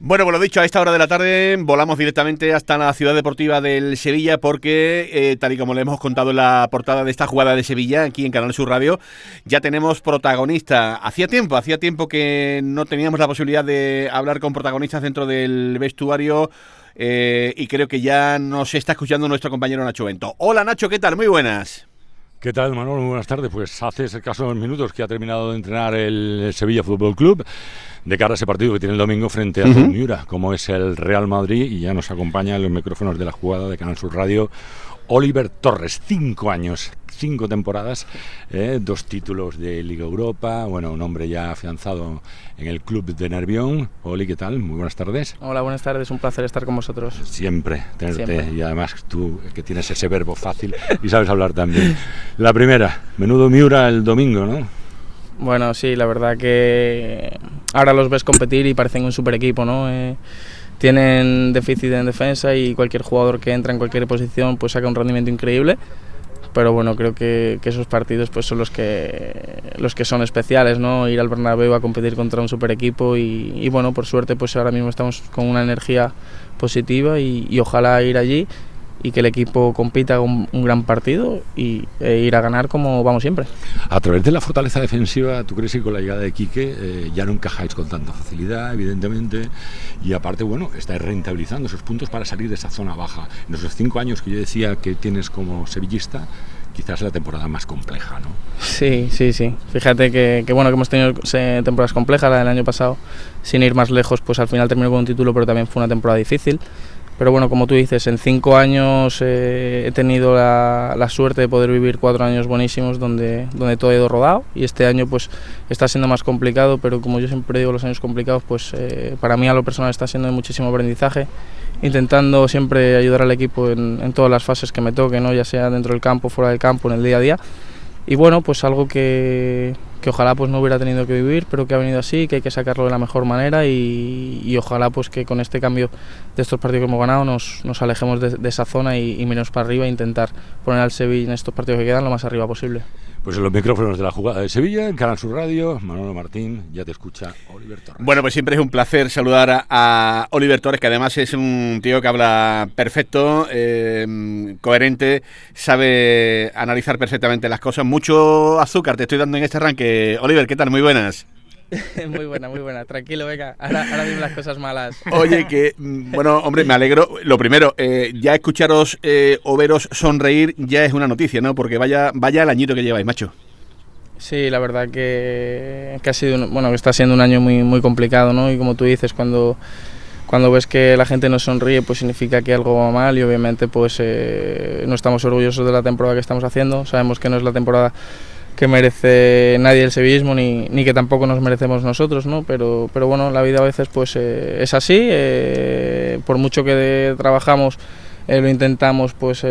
Bueno, pues lo dicho, a esta hora de la tarde volamos directamente hasta la ciudad deportiva del Sevilla porque, tal y como le hemos contado en la portada de esta jugada de Sevilla, aquí en Canal Sur Radio, ya tenemos protagonista. Hacía tiempo que no teníamos la posibilidad de hablar con protagonistas dentro del vestuario y creo que ya nos está escuchando nuestro compañero Nacho Bento. Hola Nacho, ¿qué tal? Muy buenas. ¿Qué tal, Manuel? Muy buenas tardes. Pues hace escasos minutos que ha terminado de entrenar el Sevilla Fútbol Club de cara a ese partido que tiene el domingo frente a Miura, como es el Real Madrid, y ya nos acompaña en los micrófonos de la jugada de Canal Sur Radio Oliver Torres. 5 años, 5 temporadas, 2 títulos de Liga Europa, bueno, un hombre ya afianzado en el club de Nervión. Oli, ¿qué tal? Muy buenas tardes. Hola, buenas tardes, un placer estar con vosotros. Siempre tenerte, y además tú que tienes ese verbo fácil y sabes hablar también. La primera, menudo Miura el domingo, ¿no? Bueno, sí, la verdad que ahora los ves competir y parecen un super equipo, ¿no? Tienen déficit en defensa y cualquier jugador que entra en cualquier posición pues saca un rendimiento increíble. Pero bueno, creo que esos partidos pues son los que son especiales, ¿no? Ir al Bernabéu a competir contra un super equipo y bueno, por suerte pues ahora mismo estamos con una energía positiva y ojalá ir allí y que el equipo compita un gran partido e ir a ganar como vamos siempre. A través de la fortaleza defensiva, ¿tú crees que con la llegada de Quique ya no encajáis con tanta facilidad, evidentemente? Y aparte, bueno, estáis rentabilizando esos puntos para salir de esa zona baja. En esos 5 años que yo decía que tienes como sevillista, quizás la temporada más compleja, ¿no? Sí. Fíjate que bueno, que hemos tenido temporadas complejas. La del año pasado, sin ir más lejos, pues al final terminó con un título, pero también fue una temporada difícil. Pero bueno, como tú dices, en 5 años he tenido la suerte de poder vivir 4 años buenísimos donde todo ha ido rodado, y este año pues está siendo más complicado, pero como yo siempre digo, los años complicados pues para mí a lo personal está siendo de muchísimo aprendizaje, intentando siempre ayudar al equipo en todas las fases que me toque, ¿no? Ya sea dentro del campo, fuera del campo, en el día a día. Y bueno, pues algo que ojalá pues no hubiera tenido que vivir, pero que ha venido así, que hay que sacarlo de la mejor manera y ojalá pues que con este cambio de estos partidos que hemos ganado nos alejemos de esa zona y menos para arriba e intentar poner al Sevilla en estos partidos que quedan lo más arriba posible. Pues en los micrófonos de la jugada de Sevilla, en Canal Sur Radio, Manolo Martín, ya te escucha Oliver Torres. Bueno, pues siempre es un placer saludar a Oliver Torres, que además es un tío que habla perfecto, coherente, sabe analizar perfectamente las cosas. Mucho azúcar te estoy dando en este arranque. Oliver, ¿qué tal? Muy buenas. Muy buena, tranquilo, venga, ahora dime las cosas malas. Oye, bueno, hombre, me alegro. Lo primero, ya escucharos o veros sonreír ya es una noticia, ¿no? Porque vaya el añito que lleváis, macho. Sí, la verdad que ha sido, que está siendo un año muy complicado, ¿no? Y como tú dices, cuando ves que la gente nos sonríe, pues significa que algo va mal y obviamente pues no estamos orgullosos de la temporada que estamos haciendo. Sabemos que no es la temporada que merece nadie el sevillismo ni que tampoco nos merecemos nosotros, ¿no? Pero bueno, la vida a veces pues es así, por mucho que trabajamos, lo intentamos, pues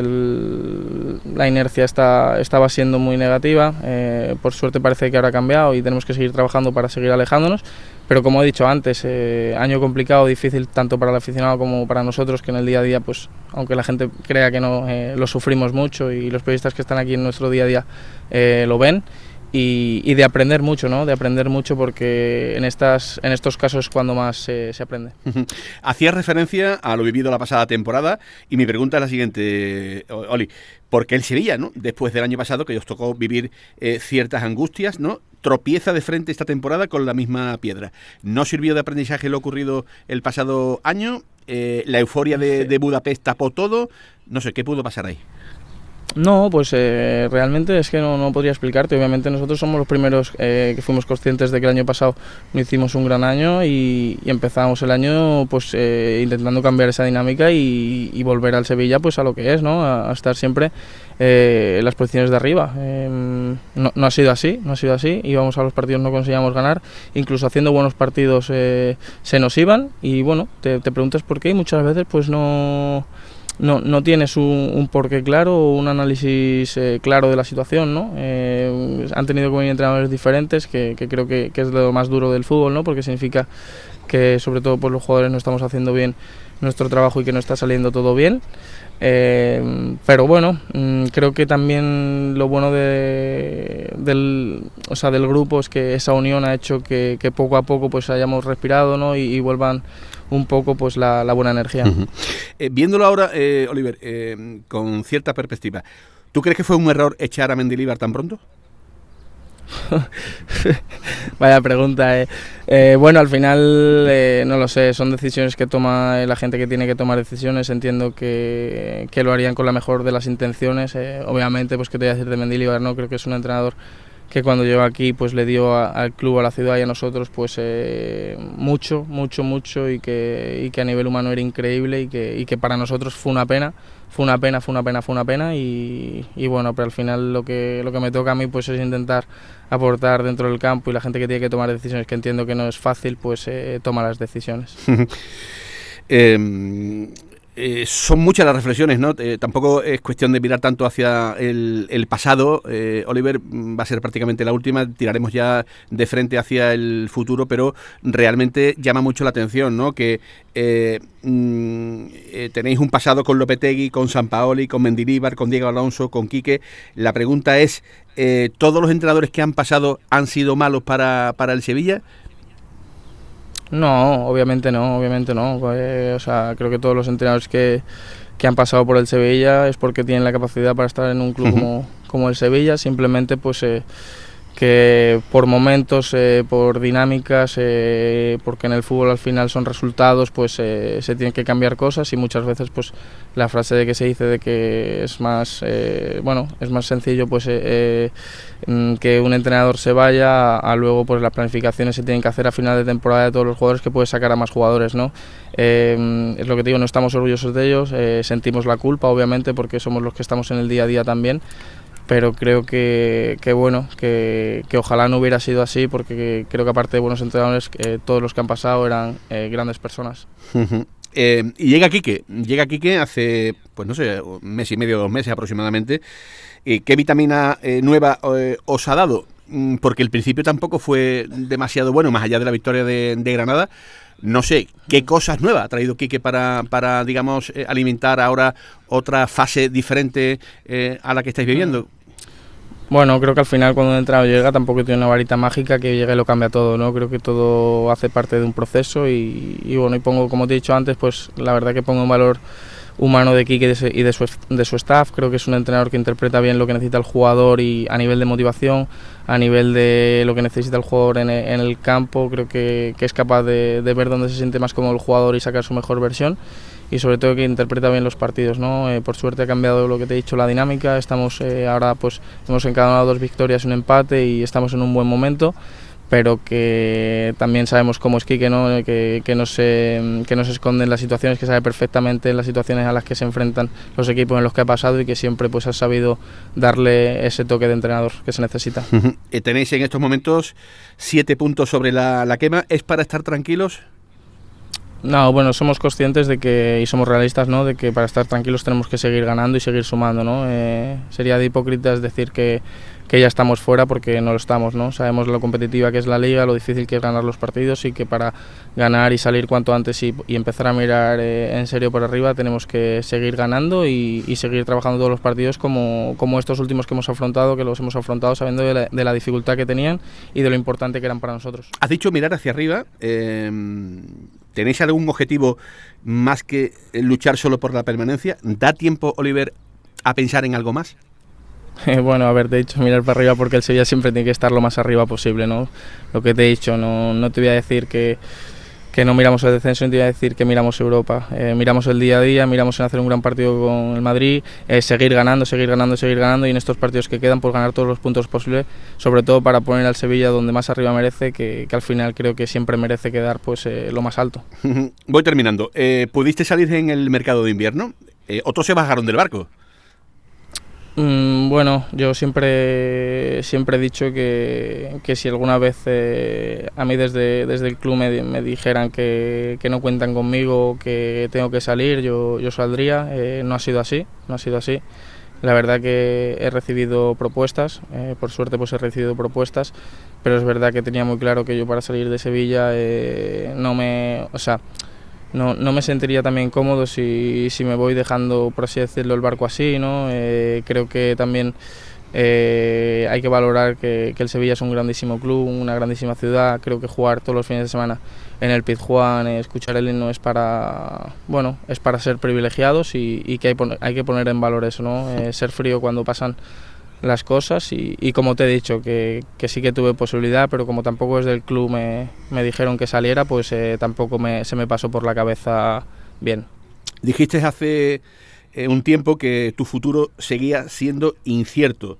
la inercia estaba siendo muy negativa. Por suerte parece que ahora ha cambiado y tenemos que seguir trabajando para seguir alejándonos, pero como he dicho antes, año complicado, difícil tanto para el aficionado como para nosotros, que en el día a día, pues aunque la gente crea que no, lo sufrimos mucho y los periodistas que están aquí en nuestro día a día lo ven. Y de aprender mucho, ¿no? De aprender mucho porque en estos casos es cuando más se aprende. Hacías referencia a lo vivido la pasada temporada y mi pregunta es la siguiente, Oli. ¿Por qué el Sevilla, ¿no? Después del año pasado que os tocó vivir ciertas angustias, ¿no? Tropieza de frente esta temporada con la misma piedra. ¿No sirvió de aprendizaje lo ocurrido el pasado año? ¿La euforia de Budapest tapó todo? No sé, ¿qué pudo pasar ahí? No, pues realmente es que no podría explicarte. Obviamente nosotros somos los primeros que fuimos conscientes de que el año pasado no hicimos un gran año y empezamos el año pues intentando cambiar esa dinámica y volver al Sevilla pues a lo que es, ¿no? A estar siempre en las posiciones de arriba. No ha sido así, íbamos a los partidos, no conseguíamos ganar, incluso haciendo buenos partidos se nos iban y bueno, te preguntas por qué y muchas veces pues no tienes un porqué claro o un análisis claro de la situación, ¿no? Han tenido que venir entrenadores diferentes, que creo que es lo más duro del fútbol, ¿no? Porque significa que sobre todo pues los jugadores no estamos haciendo bien nuestro trabajo y que no está saliendo todo bien. Pero bueno, creo que también lo bueno del grupo es que esa unión ha hecho que poco a poco pues hayamos respirado, ¿no? y vuelvan un poco pues la buena energía. Viéndolo ahora, Oliver, con cierta perspectiva, ¿tú crees que fue un error echar a Mendilibar tan pronto? Vaya pregunta. Bueno, al final no lo sé, son decisiones que toma la gente que tiene que tomar decisiones. Entiendo que lo harían con la mejor de las intenciones. Obviamente, pues qué te voy a decir de Mendilibar, ¿no? Creo que es un entrenador que cuando llegó aquí pues le dio al club, a la ciudad y a nosotros pues mucho y que a nivel humano era increíble y que para nosotros fue una pena y bueno, pero al final lo que me toca a mí pues es intentar aportar dentro del campo y la gente que tiene que tomar decisiones, que entiendo que no es fácil, pues toma las decisiones. Son muchas las reflexiones, ¿no? Tampoco es cuestión de mirar tanto hacia el pasado. Oliver, va a ser prácticamente la última, tiraremos ya de frente hacia el futuro, pero realmente llama mucho la atención, ¿no? Que tenéis un pasado con Lopetegui, con Sampaoli, con Mendilibar, con Diego Alonso, con Quique. La pregunta es, ¿todos los entrenadores que han pasado han sido malos para el Sevilla? No, obviamente no. O sea, creo que todos los entrenadores que han pasado por el Sevilla es porque tienen la capacidad para estar en un club como el Sevilla. Simplemente pues que por momentos, por dinámicas, porque en el fútbol al final son resultados, pues se tienen que cambiar cosas y muchas veces pues la frase de que se dice de que es más sencillo pues que un entrenador se vaya a luego pues las planificaciones se tienen que hacer a final de temporada de todos los jugadores, que puedes sacar a más jugadores, ¿no? Es lo que te digo, no estamos orgullosos de ellos, sentimos la culpa obviamente porque somos los que estamos en el día a día también, pero creo que ojalá no hubiera sido así, porque creo que aparte de buenos entrenadores, todos los que han pasado eran grandes personas. Y llega Quique hace, pues no sé, un mes y medio, 2 meses aproximadamente. ¿Qué vitamina nueva os ha dado? Porque el principio tampoco fue demasiado bueno, más allá de la victoria de Granada. No sé, ¿qué cosas nuevas ha traído Quique para digamos, alimentar ahora otra fase diferente a la que estáis viviendo? Bueno, creo que al final cuando un entrenador llega tampoco tiene una varita mágica que llegue y lo cambia todo, ¿no? Creo que todo hace parte de un proceso y bueno, y pongo, como te he dicho antes, pues la verdad que pongo un valor humano de Quique y de su staff. Creo que es un entrenador que interpreta bien lo que necesita el jugador y a nivel de motivación, a nivel de lo que necesita el jugador en el campo. Creo que es capaz de ver dónde se siente más cómodo el jugador y sacar su mejor versión, y sobre todo que interpreta bien los partidos, ¿no? Por suerte ha cambiado lo que te he dicho, la dinámica. Estamos ahora pues hemos encadenado 2 victorias y un empate y estamos en un buen momento, pero que también sabemos cómo es Quique, ¿no? Que no se esconde en las situaciones, que sabe perfectamente en las situaciones a las que se enfrentan los equipos en los que ha pasado y que siempre pues ha sabido darle ese toque de entrenador que se necesita. Tenéis en estos momentos 7 puntos sobre la quema. ¿Es para estar tranquilos? No, bueno, somos conscientes de que, y somos realistas, ¿no? De que para estar tranquilos tenemos que seguir ganando y seguir sumando, ¿no? Sería de hipócritas decir que ya estamos fuera, porque no lo estamos, ¿no? Sabemos lo competitiva que es la liga, lo difícil que es ganar los partidos, y que para ganar y salir cuanto antes y empezar a mirar en serio por arriba tenemos que seguir ganando y seguir trabajando todos los partidos como estos últimos que hemos afrontado, que los hemos afrontado sabiendo de la dificultad que tenían y de lo importante que eran para nosotros. Has dicho mirar hacia arriba. ¿Tenéis algún objetivo más que luchar solo por la permanencia? ¿Da tiempo, Oliver, a pensar en algo más? Bueno, a ver, te he dicho mirar para arriba porque el Sevilla siempre tiene que estar lo más arriba posible, ¿no? Lo que te he dicho, no te voy a decir que no miramos el descenso, ni te voy a decir que miramos Europa. Miramos el día a día, miramos en hacer un gran partido con el Madrid, seguir ganando y en estos partidos que quedan pues ganar todos los puntos posibles, sobre todo para poner al Sevilla donde más arriba merece, que al final creo que siempre merece quedar pues lo más alto. Voy terminando. ¿Pudiste salir en el mercado de invierno? ¿Otros se bajaron del barco? Bueno, yo siempre he dicho que si alguna vez a mí desde el club me dijeran que no cuentan conmigo, que tengo que salir, yo saldría. No ha sido así. La verdad que he recibido propuestas, por suerte pues he recibido propuestas, pero es verdad que tenía muy claro que yo para salir de Sevilla no me sentiría también cómodo si me voy dejando, por así decirlo, el barco así, ¿no? Creo que también hay que valorar que el Sevilla es un grandísimo club, una grandísima ciudad. Creo que jugar todos los fines de semana en el Pizjuán, escuchar el himno es para ser privilegiados y que hay que poner en valor eso, ¿no? Ser frío cuando pasan las cosas y como te he dicho, que sí que tuve posibilidad, pero como tampoco desde el club me dijeron que saliera, pues tampoco se me pasó por la cabeza bien. Dijiste hace un tiempo que tu futuro seguía siendo incierto.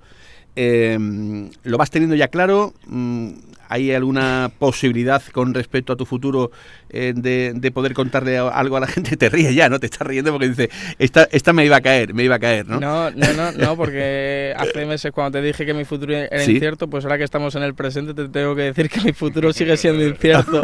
¿Lo vas teniendo ya claro? ¿Hay alguna posibilidad con respecto a tu futuro de poder contarle algo a la gente? Te ríes ya, ¿no? Te estás riendo porque dices, esta me iba a caer, ¿no? No, porque hace meses cuando te dije que mi futuro era incierto, pues ahora que estamos en el presente te tengo que decir que mi futuro sigue siendo incierto.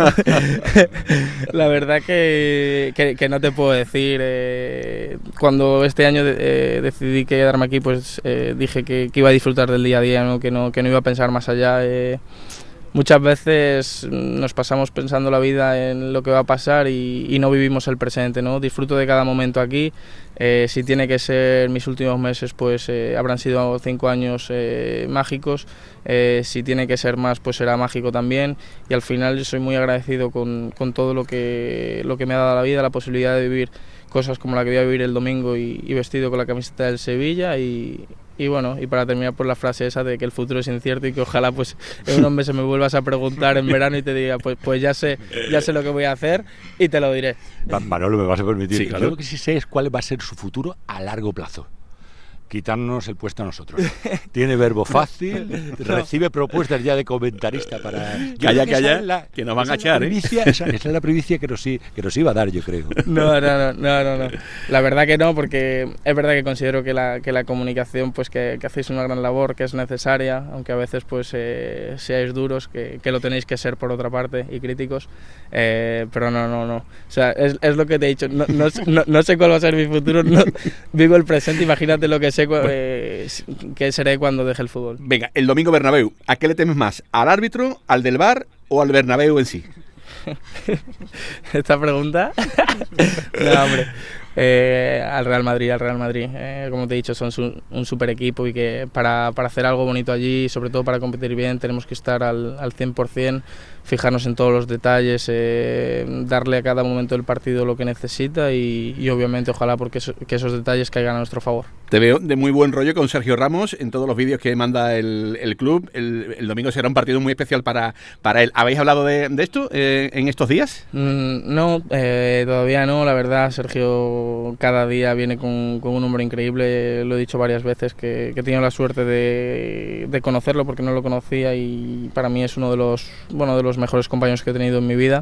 La verdad que no te puedo decir. Cuando este año decidí quedarme aquí, pues dije que iba a disfrutar del día a día, ¿no? Que no iba a pensar más allá. Muchas veces nos pasamos pensando la vida en lo que va a pasar y no vivimos el presente, ¿no? Disfruto de cada momento aquí. Si tiene que ser mis últimos meses, pues habrán sido 5 años mágicos. Si tiene que ser más, pues será mágico también. Y al final yo soy muy agradecido con todo lo que me ha dado la vida, la posibilidad de vivir cosas como la que voy a vivir el domingo y vestido con la camiseta del Sevilla y bueno, y para terminar por la frase esa de que el futuro es incierto y que ojalá pues en unos meses me vuelvas a preguntar en verano y te diga pues ya sé lo que voy a hacer y te lo diré. Manolo, me vas a permitir. Sí, claro. Yo lo que sí sé es cuál va a ser su futuro a largo plazo. Quitarnos el puesto a nosotros. Tiene verbo fácil, recibe propuestas ya de comentarista para... Calla, que nos van a echar, Esa es la primicia que nos iba a dar, yo creo. No. La verdad que no, porque es verdad que considero que la comunicación, pues que hacéis una gran labor, que es necesaria, aunque a veces pues seáis duros, que lo tenéis que ser por otra parte y críticos, pero no. O sea, es lo que te he dicho, no sé cuál va a ser mi futuro, no, vivo el presente, imagínate lo que sé que seré cuando deje el fútbol. Venga, el domingo Bernabéu, ¿a qué le temes más? ¿Al árbitro, al del VAR o al Bernabéu en sí? Esta pregunta... No, hombre. Al Real Madrid. Como te he dicho, son un super equipo y que para hacer algo bonito allí, sobre todo para competir bien, tenemos que estar al 100%, fijarnos en todos los detalles, darle a cada momento del partido lo que necesita y obviamente ojalá porque que esos detalles caigan a nuestro favor. Te veo de muy buen rollo con Sergio Ramos en todos los vídeos que manda el club. El domingo será un partido muy especial para él. ¿Habéis hablado de esto en estos días? No, todavía no. La verdad, Sergio cada día viene con un hombre increíble. Lo he dicho varias veces que he tenido la suerte de conocerlo porque no lo conocía y para mí es uno de los mejores compañeros que he tenido en mi vida.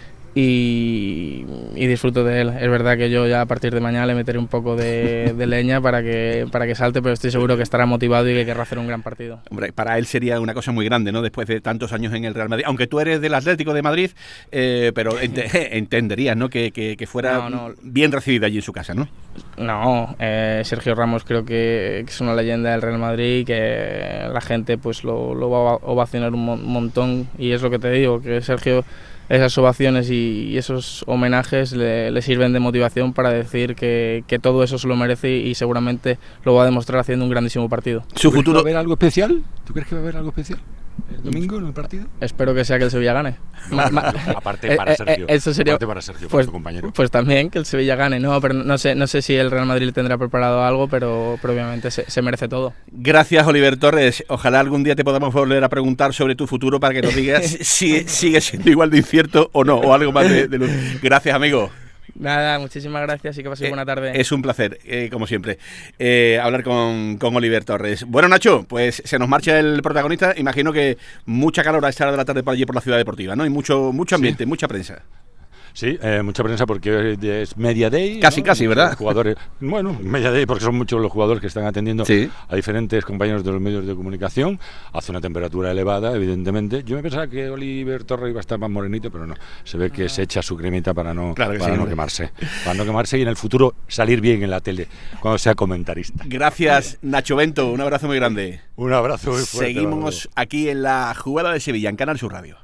Y disfruto de él. Es verdad que yo ya a partir de mañana le meteré un poco de leña para que salte, pero estoy seguro que estará motivado y que querrá hacer un gran partido. Hombre, para él sería una cosa muy grande, ¿no? Después de tantos años en el Real Madrid, aunque tú eres del Atlético de Madrid, pero entenderías, ¿no? Que fuera bien recibido allí en su casa, ¿no? No, Sergio Ramos creo que es una leyenda del Real Madrid y que la gente pues lo va a ovacionar un montón y es lo que te digo, que Sergio... Esas ovaciones y esos homenajes le sirven de motivación para decir que todo eso se lo merece y seguramente lo va a demostrar haciendo un grandísimo partido. ¿Su futuro? ¿Va a haber algo especial? ¿Tú crees que va a haber algo especial el domingo en el partido? Espero que sea que el Sevilla gane. Aparte para Sergio. Eso sería, aparte para Sergio, pues, tu compañero. Pues también que el Sevilla gane. No, pero no sé si el Real Madrid le tendrá preparado algo, pero obviamente se merece todo. Gracias, Oliver Torres. Ojalá algún día te podamos volver a preguntar sobre tu futuro para que nos digas si sigue siendo igual de incierto o no, o algo más de luz. Gracias, amigo. Nada, muchísimas gracias y que paséis buena tarde. Es un placer, como siempre, hablar con Oliver Torres. Bueno, Nacho, pues se nos marcha el protagonista. Imagino que mucha calor a esta hora de la tarde por allí por la Ciudad Deportiva, ¿no? Y mucho ambiente, mucha prensa. Sí, mucha prensa porque es Media Day. Casi, ¿verdad? Jugadores, bueno, Media Day porque son muchos los jugadores que están atendiendo a diferentes compañeros de los medios de comunicación. Hace una temperatura elevada, evidentemente. Yo me pensaba que Oliver Torres iba a estar más morenito, pero no. Se ve que se echa su cremita para no quemarse. Para no quemarse y en el futuro salir bien en la tele cuando sea comentarista. Gracias, Nacho Bento. Un abrazo muy grande. Un abrazo muy fuerte. Seguimos aquí en la Jugada de Sevilla, en Canal Sur Radio.